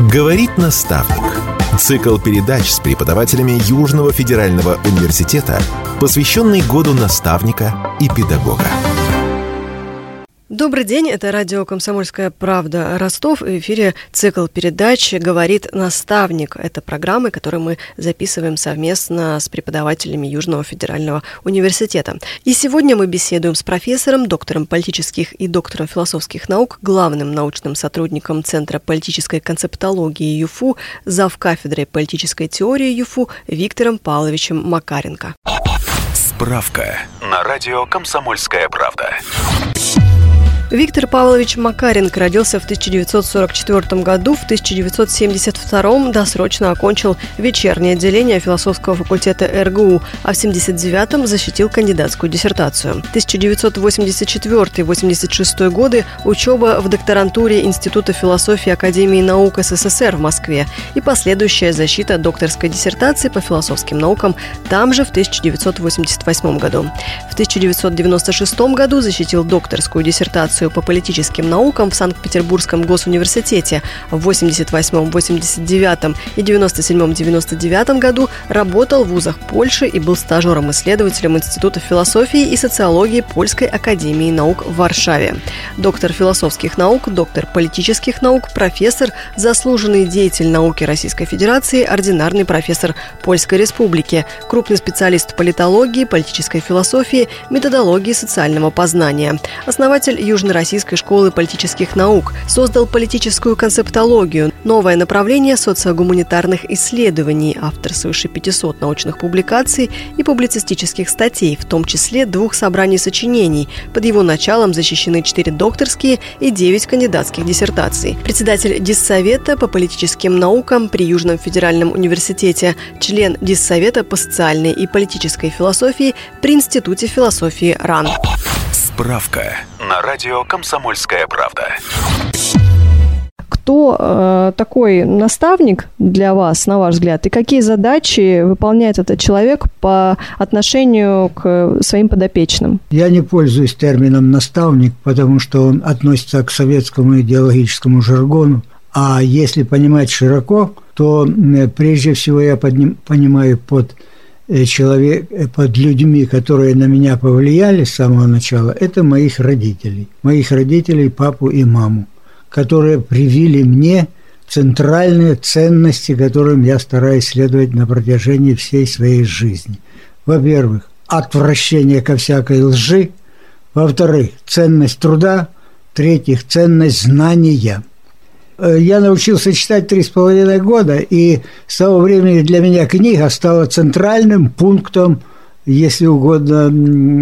Говорит наставник. Цикл передач с преподавателями Южного федерального университета, посвященный году наставника и педагога. Добрый день, это радио «Комсомольская правда» Ростов. В эфире цикл передач «Говорит наставник». Это программы, которые мы записываем совместно с преподавателями Южного федерального университета. И сегодня мы беседуем с профессором, доктором политических и доктором философских наук, главным научным сотрудником Центра политической концептологии ЮФУ, завкафедрой политической теории ЮФУ Виктором Павловичем Макаренко. Справка на радио «Комсомольская правда». Виктор Павлович Макаренко родился в 1944 году, в 1972 досрочно окончил вечернее отделение философского факультета РГУ, а в 1979 защитил кандидатскую диссертацию. 1984-86 годы учеба в докторантуре Института философии Академии наук СССР в Москве и последующая защита докторской диссертации по философским наукам там же в 1988 году. В 1996 году защитил докторскую диссертацию по политическим наукам в Санкт-Петербургском госуниверситете. В 1988, 1989 и 1997-1999 году работал в вузах Польши и был стажером-исследователем Института философии и социологии Польской академии наук в Варшаве. Доктор философских наук, доктор политических наук, профессор, заслуженный деятель науки Российской Федерации, ординарный профессор Польской Республики, крупный специалист политологии, политической философии, методологии социального познания, основатель Южно-Российской школы политических наук, создал политическую концептологию, новое направление социогуманитарных исследований, автор свыше 500 научных публикаций и публицистических статей, в том числе 2 собраний сочинений. Под его началом защищены 4 докторские и 9 кандидатских диссертаций. Председатель Диссовета по политическим наукам при Южном федеральном университете, член Диссовета по социальной и политической философии при Институте философии РАН. Справка на радио «Комсомольская правда». Кто такой наставник для вас, на ваш взгляд, и какие задачи выполняет этот человек по отношению к своим подопечным? Я не пользуюсь термином «наставник», потому что он относится к советскому идеологическому жаргону. А если понимать широко, то прежде всего я понимаю под людьми, которые на меня повлияли с самого начала, это моих родителей, папу и маму, которые привили мне центральные ценности, которым я стараюсь следовать на протяжении всей своей жизни. Во-первых, отвращение ко всякой лжи, во-вторых, ценность труда, в-третьих, ценность знания. Я научился читать 3,5 года, и с того времени для меня книга стала центральным пунктом, если угодно,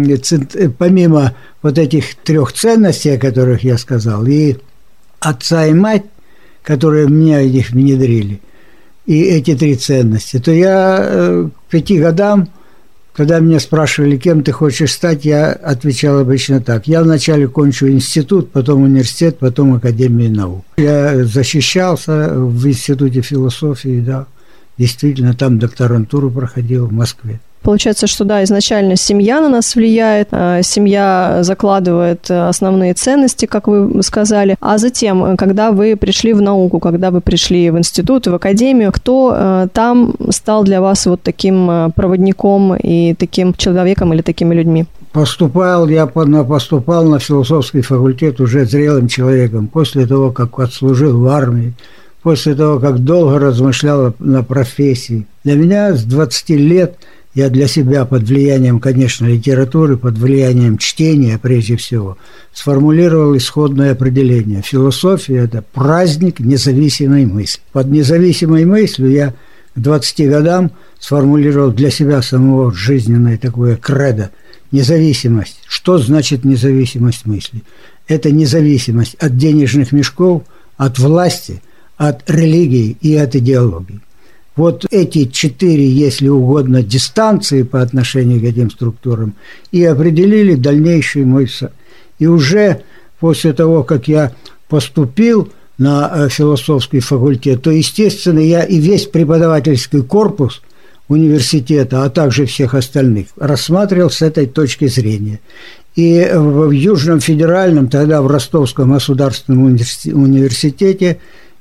помимо вот этих 3 ценностей, о которых я сказал, и отца и мать, которые меня их внедрили, и эти 3 ценности, то я к 5 годам, когда меня спрашивали, кем ты хочешь стать, я отвечал обычно так. Я вначале кончу институт, потом университет, потом Академию наук. Я защищался в Институте философии, да, действительно, там докторантуру проходил в Москве. Получается, что да, изначально семья на нас влияет, семья закладывает основные ценности, как вы сказали, а затем, когда вы пришли в науку, когда вы пришли в институт, в академию, кто там стал для вас вот таким проводником и таким человеком или такими людьми? Поступал на философский факультет уже зрелым человеком, после того, как отслужил в армии, после того, как долго размышлял на профессии. Для меня с 20 лет я для себя под влиянием, конечно, литературы, под влиянием чтения, прежде всего, сформулировал исходное определение. Философия – это праздник независимой мысли. Под независимой мыслью я к 20 годам сформулировал для себя самого жизненное такое кредо – независимость. Что значит независимость мысли? Это независимость от денежных мешков, от власти, от религии и от идеологии. Вот эти 4, если угодно, дистанции по отношению к этим структурам и определили дальнейший мой... И уже после того, как я поступил на философский факультет, то, естественно, я и весь преподавательский корпус университета, а также всех остальных, рассматривал с этой точки зрения. И в Южном федеральном, тогда в Ростовском государственном университете,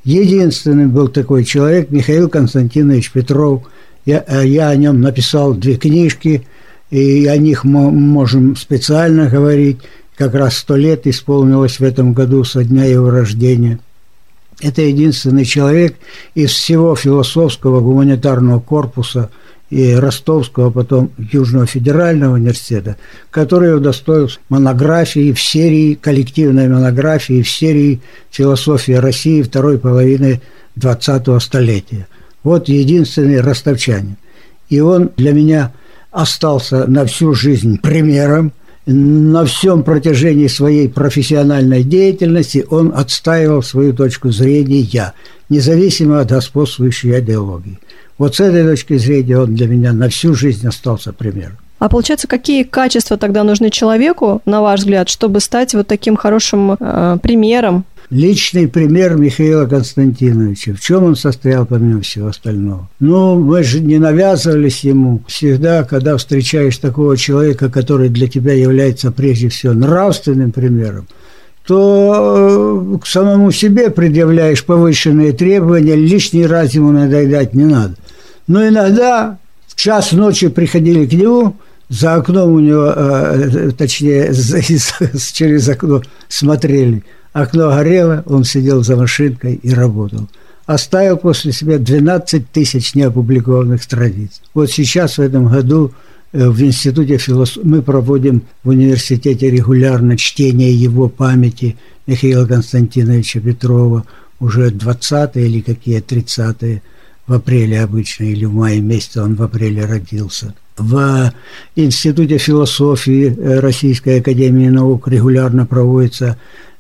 Единственный был такой человек Михаил Константинович Петров. Я о нем написал 2 книжки, и о них можем специально говорить. Как раз 100 лет исполнилось в этом году со дня его рождения. Это единственный человек из всего философского гуманитарного корпуса и Ростовского, потом Южного федерального университета, который удостоился монографии в серии, коллективной монографии в серии «Философия России второй половины 20-го столетия». Вот единственный ростовчанин. И он для меня остался на всю жизнь примером. На всем протяжении своей профессиональной деятельности он отстаивал свою точку зрения, независимо от господствующей идеологии. Вот с этой точки зрения он для меня на всю жизнь остался примером. А получается, какие качества тогда нужны человеку, на ваш взгляд, чтобы стать вот таким хорошим примером? Личный пример Михаила Константиновича. В чем он состоял, помимо всего остального? Мы же не навязывались ему. Всегда, когда встречаешь такого человека, который для тебя является прежде всего нравственным примером, то к самому себе предъявляешь повышенные требования, лишний раз ему надоедать не надо. Но иногда в час ночи приходили к нему, за окном у него, точнее, через окно смотрели. Окно горело, он сидел за машинкой и работал. Оставил после себя 12 тысяч неопубликованных страниц. Вот сейчас, в этом году, в Институте философии мы проводим в университете регулярно чтение его памяти Михаила Константиновича Петрова. Уже 20-е или какие 30-е, в апреле обычно, или в мае месяце, он в апреле родился. В Институте философии Российской академии наук регулярно проводятся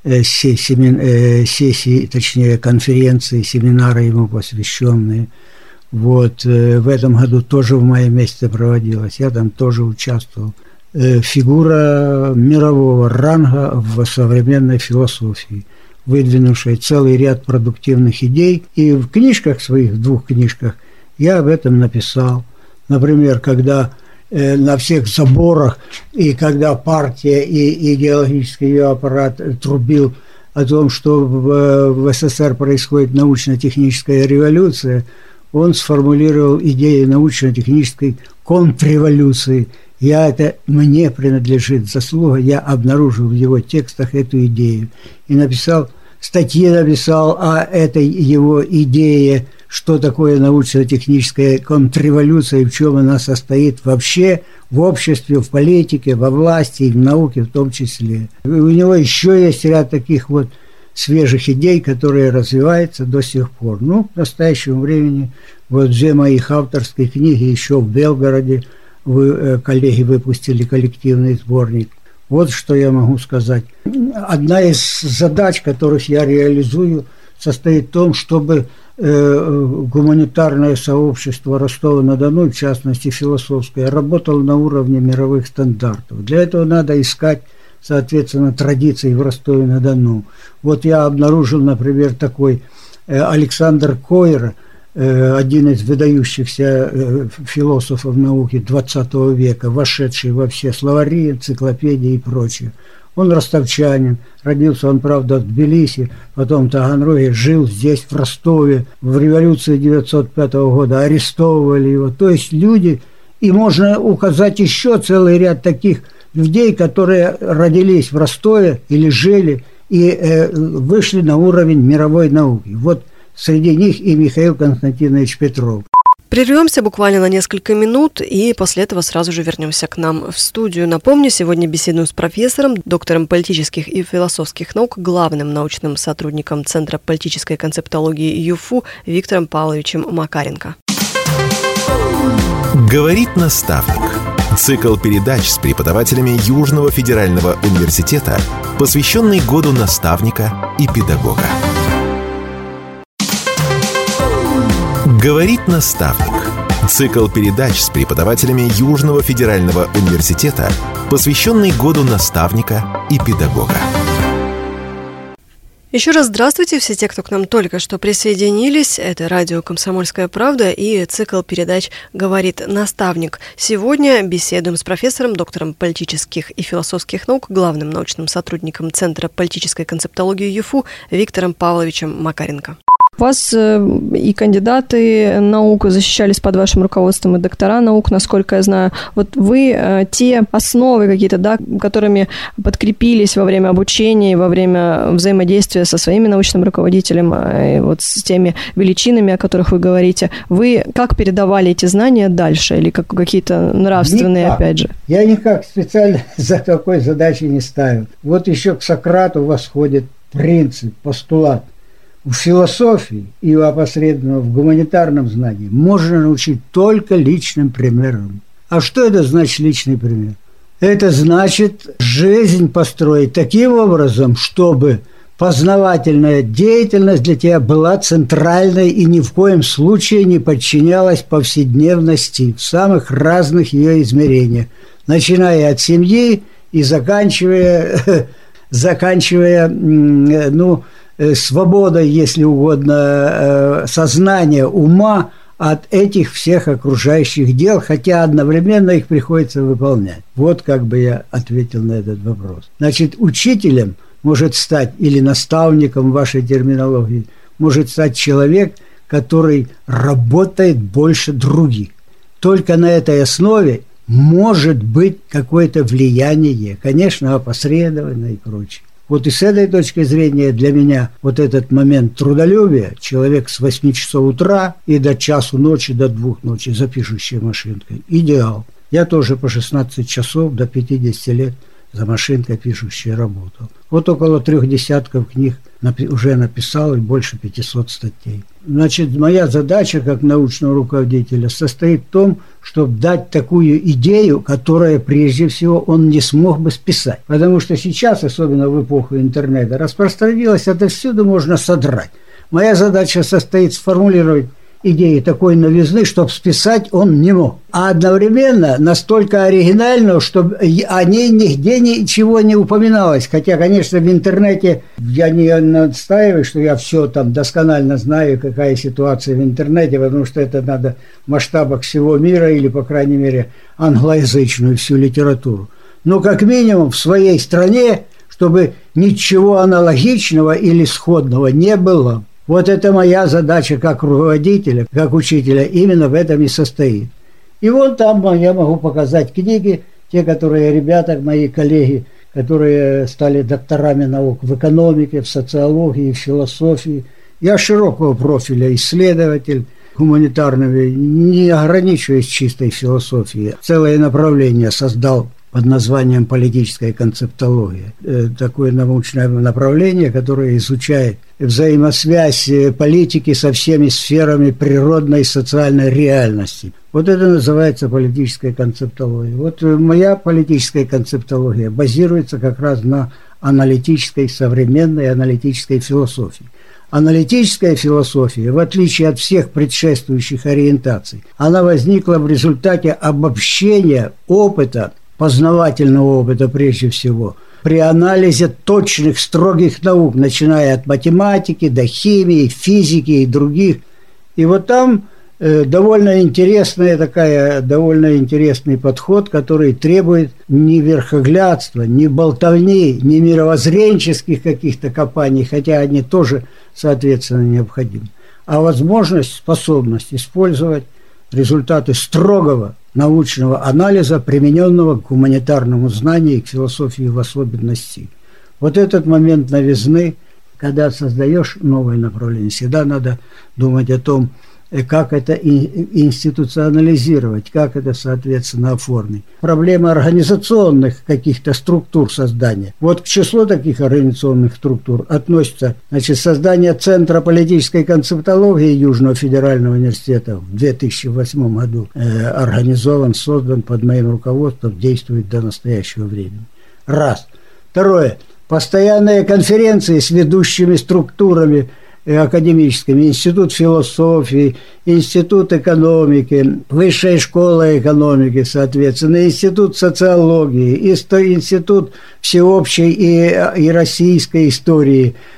сессии, точнее конференции, семинары ему посвященные. Вот, в этом году тоже в мае месяце проводилось, я там тоже участвовал. Фигура мирового ранга в современной философии, выдвинувшая целый ряд продуктивных идей. И в книжках своих, в 2 книжках, я об этом написал. Например, когда на всех заборах, и когда партия и идеологический ее аппарат трубил о том, что в СССР происходит научно-техническая революция, он сформулировал идею научно-технической контрреволюции. Мне принадлежит заслуга, я обнаружил в его текстах эту идею. И статьи написал о этой его идее, что такое научно-техническая контрреволюция и в чем она состоит вообще в обществе, в политике, во власти и в науке в том числе. У него еще есть ряд таких вот свежих идей, которые развиваются до сих пор. К настоящему времени вот 2 моих авторские книги еще в Белгороде коллеги выпустили коллективный сборник. Вот что я могу сказать. Одна из задач, которых я реализую, состоит в том, чтобы гуманитарное сообщество Ростова-на-Дону, в частности философское, работало на уровне мировых стандартов. Для этого надо искать, соответственно, традиции в Ростове-на-Дону. Вот я обнаружил, например, такой Александр Койер, один из выдающихся философов науки XX века, вошедший во все словари, энциклопедии и прочее. Он ростовчанин, родился он, правда, в Тбилиси, потом в Таганроге, жил здесь, в Ростове. В революции 1905 года арестовывали его. То есть люди, и можно указать еще целый ряд таких людей, которые родились в Ростове или жили и вышли на уровень мировой науки. Вот среди них и Михаил Константинович Петров. Прервемся буквально на несколько минут и после этого сразу же вернемся к нам в студию. Напомню, сегодня беседуем с профессором, доктором политических и философских наук, главным научным сотрудником Центра политической концептологии ЮФУ Виктором Павловичем Макаренко. Говорит наставник. Цикл передач с преподавателями Южного федерального университета, посвященный году наставника и педагога. Говорит наставник. Цикл передач с преподавателями Южного федерального университета, посвященный году наставника и педагога. Еще раз здравствуйте, все те, кто к нам только что присоединились. Это радио «Комсомольская правда» и цикл передач «Говорит наставник». Сегодня беседуем с профессором, доктором политических и философских наук, главным научным сотрудником Центра политической концептологии ЮФУ Виктором Павловичем Макаренко. У вас и кандидаты наук защищались под вашим руководством, и доктора наук, насколько я знаю. Вот вы те основы какие-то, да, которыми подкрепились во время обучения, во время взаимодействия со своими научным руководителем, и вот с теми величинами, о которых вы говорите, вы как передавали эти знания дальше? Или как какие-то нравственные, никак. Опять же? Я никак специально за такой задачи не ставил. Вот еще к Сократу восходит принцип, постулат. В философии и опосредованно в гуманитарном знании можно научить только личным примером. А что это значит личный пример? Это значит жизнь построить таким образом, чтобы познавательная деятельность для тебя была центральной и ни в коем случае не подчинялась повседневности в самых разных ее измерениях, начиная от семьи и заканчивая свободой, если угодно, сознания, ума от этих всех окружающих дел, хотя одновременно их приходится выполнять. Вот как бы я ответил на этот вопрос. Значит, учителем может стать, или наставником в вашей терминологии, может стать человек, который работает больше других. Только на этой основе может быть какое-то влияние, конечно, опосредованное и прочее. Вот и с этой точки зрения для меня вот этот момент трудолюбия, человек с 8 часов утра и до часу ночи, до 2 ночи за пишущей машинкой, идеал. Я тоже по 16 часов до 50 лет за машинкой пишущей работал. Вот около 3 десятков книг уже написал и больше 500 статей. Значит, моя задача как научного руководителя состоит в том, чтобы дать такую идею, которая прежде всего он не смог бы списать. Потому что сейчас, особенно в эпоху интернета, распространилось, отовсюду можно содрать. Моя задача состоит сформулировать идеи такой новизны, чтобы списать он не мог. А одновременно настолько оригинально, чтобы о ней нигде ничего не упоминалось. Хотя, конечно, в интернете я не настаиваю, что я все там досконально знаю, какая ситуация в интернете, потому что это надо в масштабах всего мира или, по крайней мере, англоязычную всю литературу. Но как минимум в своей стране, чтобы ничего аналогичного или сходного не было. Вот это моя задача как руководителя, как учителя, именно в этом и состоит. И вот там я могу показать книги, те, которые ребята, мои коллеги, которые стали докторами наук в экономике, в социологии, в философии. Я широкого профиля исследователь гуманитарный, не ограничиваясь чистой философией. Целое направление создал под названием политическая концептология. Такое научное направление, которое изучает взаимосвязь политики со всеми сферами природной и социальной реальности. Вот это называется политическая концептология. Вот моя политическая концептология базируется как раз на аналитической, современной аналитической философии. Аналитическая философия, в отличие от всех предшествующих ориентаций, она возникла в результате обобщения опыта, познавательного опыта прежде всего, при анализе точных, строгих наук, начиная от математики до химии, физики и других. И вот там довольно интересный подход, который требует не верхоглядства, не болтовни, не мировоззренческих каких-то копаний, хотя они тоже, соответственно, необходимы, а возможность, способность использовать результаты строгого научного анализа, примененного к гуманитарному знанию и к философии в особенности. Вот этот момент новизны, когда создаешь новое направление, всегда надо думать о том, как это институционализировать, как это, соответственно, оформить. Проблема организационных каких-то структур создания. Вот к числу таких организационных структур относится, значит, создание Центра политической концептологии Южного федерального университета в 2008 году организован, создан под моим руководством, действует до настоящего времени. Раз. Второе. Постоянные конференции с ведущими структурами академическими, Институт философии, Институт экономики, Высшая школа экономики, соответственно, Институт социологии, Институт всеобщей и российской истории,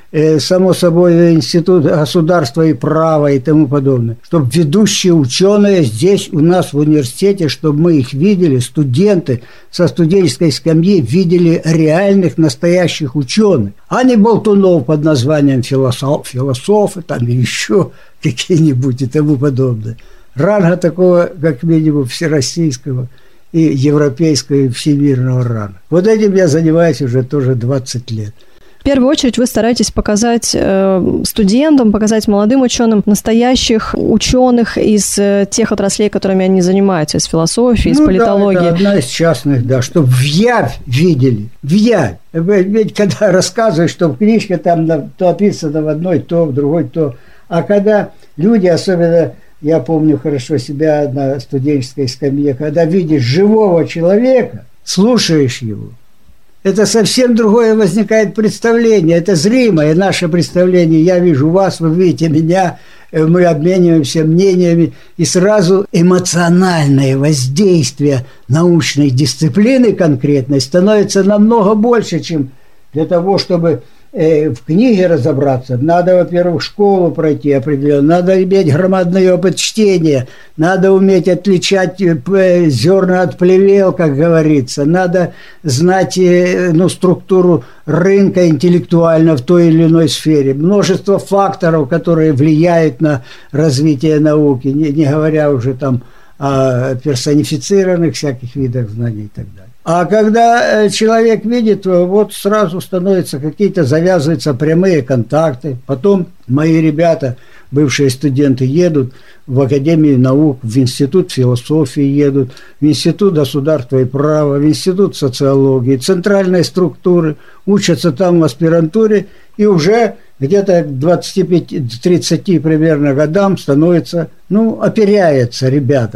само собой, институт государства и права и тому подобное. Чтобы ведущие ученые здесь у нас в университете, чтобы мы их видели, студенты со студенческой скамьи видели реальных, настоящих ученых, а не болтунов под названием философы там или еще какие-нибудь и тому подобное. Ранга такого, как минимум, всероссийского и европейского, и всемирного ранга. Вот этим я занимаюсь уже тоже 20 лет. В первую очередь вы стараетесь показать студентам, показать молодым ученым настоящих ученых из тех отраслей, которыми они занимаются, из философии, из политологии. Да, это одна из частных, да, чтобы в явь видели, в явь. Ведь когда рассказываешь, что в книжке там то описано в одной, то в другой, то. А когда люди, особенно, я помню хорошо себя на студенческой скамье, когда видишь живого человека, слушаешь его, это совсем другое возникает представление. Это зримое наше представление. Я вижу вас, вы видите меня, мы обмениваемся мнениями. И сразу эмоциональное воздействие научной дисциплины конкретной становится намного больше, чем для того, чтобы в книге разобраться. Надо, во-первых, школу пройти определенно, надо иметь громадный опыт чтения, надо уметь отличать зерна от плевел, как говорится, надо знать структуру рынка интеллектуально в той или иной сфере. Множество факторов, которые влияют на развитие науки, не говоря уже там о персонифицированных всяких видах знаний и так далее. А когда человек видит, вот сразу завязываются прямые контакты. Потом мои ребята, бывшие студенты, едут в Академию наук, в Институт философии едут, в Институт государства и права, в Институт социологии, центральной структуры, учатся там в аспирантуре и уже где-то к 25-30 примерно годам становятся, оперяются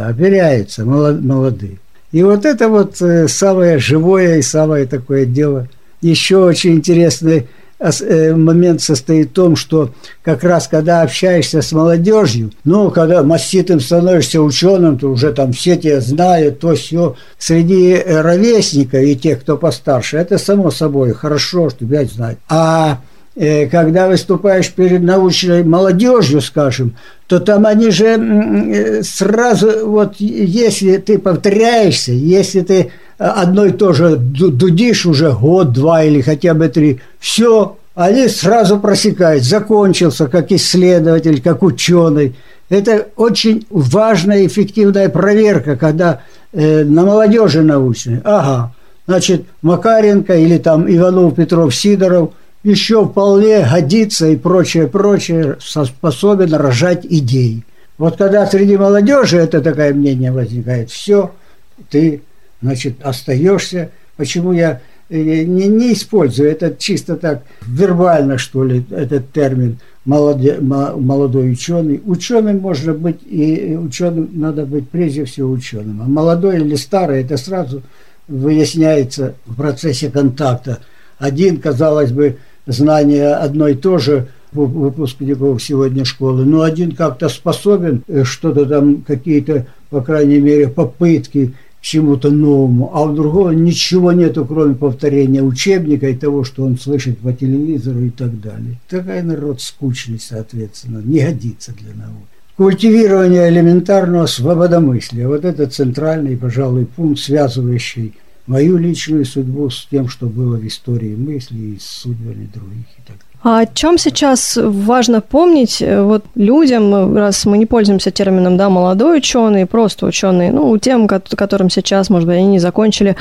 молодые. И вот это вот самое живое и самое такое дело. Еще очень интересный момент состоит в том, что как раз когда общаешься с молодежью, когда маститым становишься ученым, то уже там все тебя знают, то все. Среди ровесников и тех, кто постарше, это само собой хорошо, что тебя знают. А когда выступаешь перед научной молодежью, скажем, то там они же сразу, вот если ты повторяешься, если ты одно и то же дудишь уже год, два или хотя бы 3, все, они сразу просекают, закончился как исследователь, как ученый. Это очень важная и эффективная проверка, когда на молодежи научной, значит, Макаренко или там Иванов, Петров, Сидоров еще вполне годится и прочее, способен рожать идеи. Вот когда среди молодежи это такое мнение возникает, все, ты, значит, остаешься. Почему я не использую это чисто так вербально, что ли, этот термин молодой ученый. Ученым можно быть, и ученым надо быть прежде всего ученым. А молодой или старый, это сразу выясняется в процессе контакта. Один, казалось бы, знание одно и то же выпускников сегодня школы, но один как-то способен что-то там, какие-то, по крайней мере, попытки к чему-то новому, а у другого ничего нету, кроме повторения учебника и того, что он слышит по телевизору и так далее. Такой народ скучный, соответственно, не годится для науки. Культивирование элементарного свободомыслия. Вот это центральный, пожалуй, пункт, связывающий мою личную судьбу с тем, что было в истории мысли и с судьбами других и так далее. А о чем сейчас важно помнить вот людям, раз мы не пользуемся термином, молодой ученый, просто ученый, тем, которым сейчас, может быть, они не закончили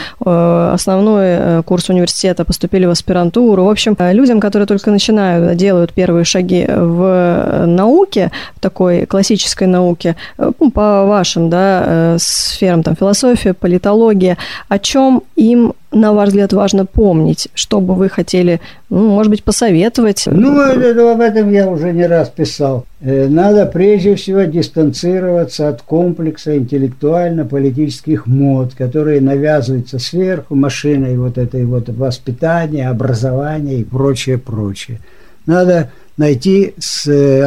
основной курс университета, поступили в аспирантуру, в общем, людям, которые только начинают, делают первые шаги в науке, в такой классической науке, по вашим, сферам, философия, политология, о чем им, на ваш взгляд, важно помнить, что бы вы хотели, может быть, посоветовать? Об этом я уже не раз писал. Надо прежде всего дистанцироваться от комплекса интеллектуально-политических мод, которые навязываются сверху машиной вот этой вот воспитания, образования и прочее. Надо найти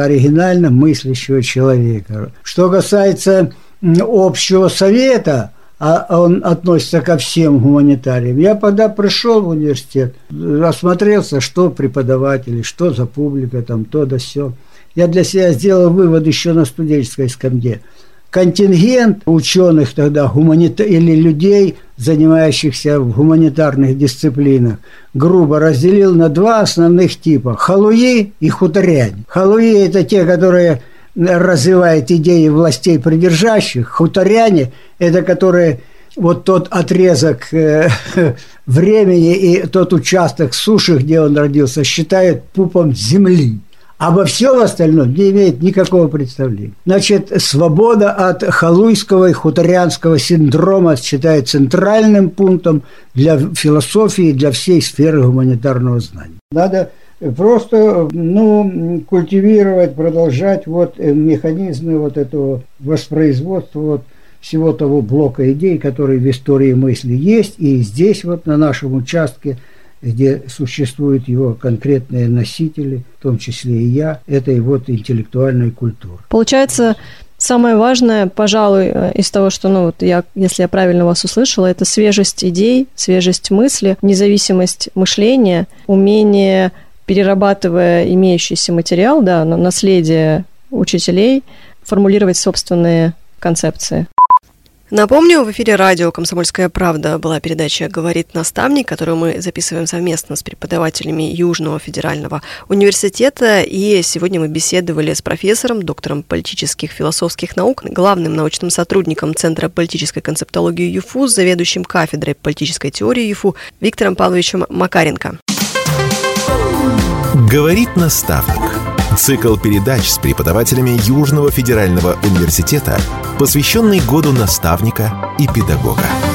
оригинально мыслящего человека. Что касается общего совета, а он относится ко всем гуманитариям. Я когда пришел в университет, осмотрелся, что преподаватели, что за публика, там то да сё. Я для себя сделал вывод еще на студенческой скамье. Контингент ученых тогда, или людей, занимающихся в гуманитарных дисциплинах, грубо разделил на два основных типа – халуи и хуторяне. Халуи – это те, которые развивают идеи властей придержащих. Хуторяне – это которые вот тот отрезок времени и тот участок суши, где он родился, считают пупом земли. Обо всем остальном не имеет никакого представления. Значит, свобода от халуйского и хуторянского синдрома считается центральным пунктом для философии, для всей сферы гуманитарного знания. Надо просто культивировать, продолжать механизмы этого воспроизводства всего того блока идей, который в истории мысли есть, и здесь на нашем участке, где существуют его конкретные носители, в том числе и я, этой интеллектуальной культуры. Получается, самое важное, пожалуй, из того, что, если я правильно вас услышала, это свежесть идей, свежесть мысли, независимость мышления, умение, перерабатывая имеющийся материал, наследие учителей, формулировать собственные концепции. Напомню, в эфире радио «Комсомольская правда» была передача «Говорит наставник», которую мы записываем совместно с преподавателями Южного федерального университета. И сегодня мы беседовали с профессором, доктором политических философских наук, главным научным сотрудником Центра политической концептологии ЮФУ, заведующим кафедрой политической теории ЮФУ Виктором Павловичем Макаренко. «Говорит наставник». Цикл передач с преподавателями Южного федерального университета, посвященный году наставника и педагога.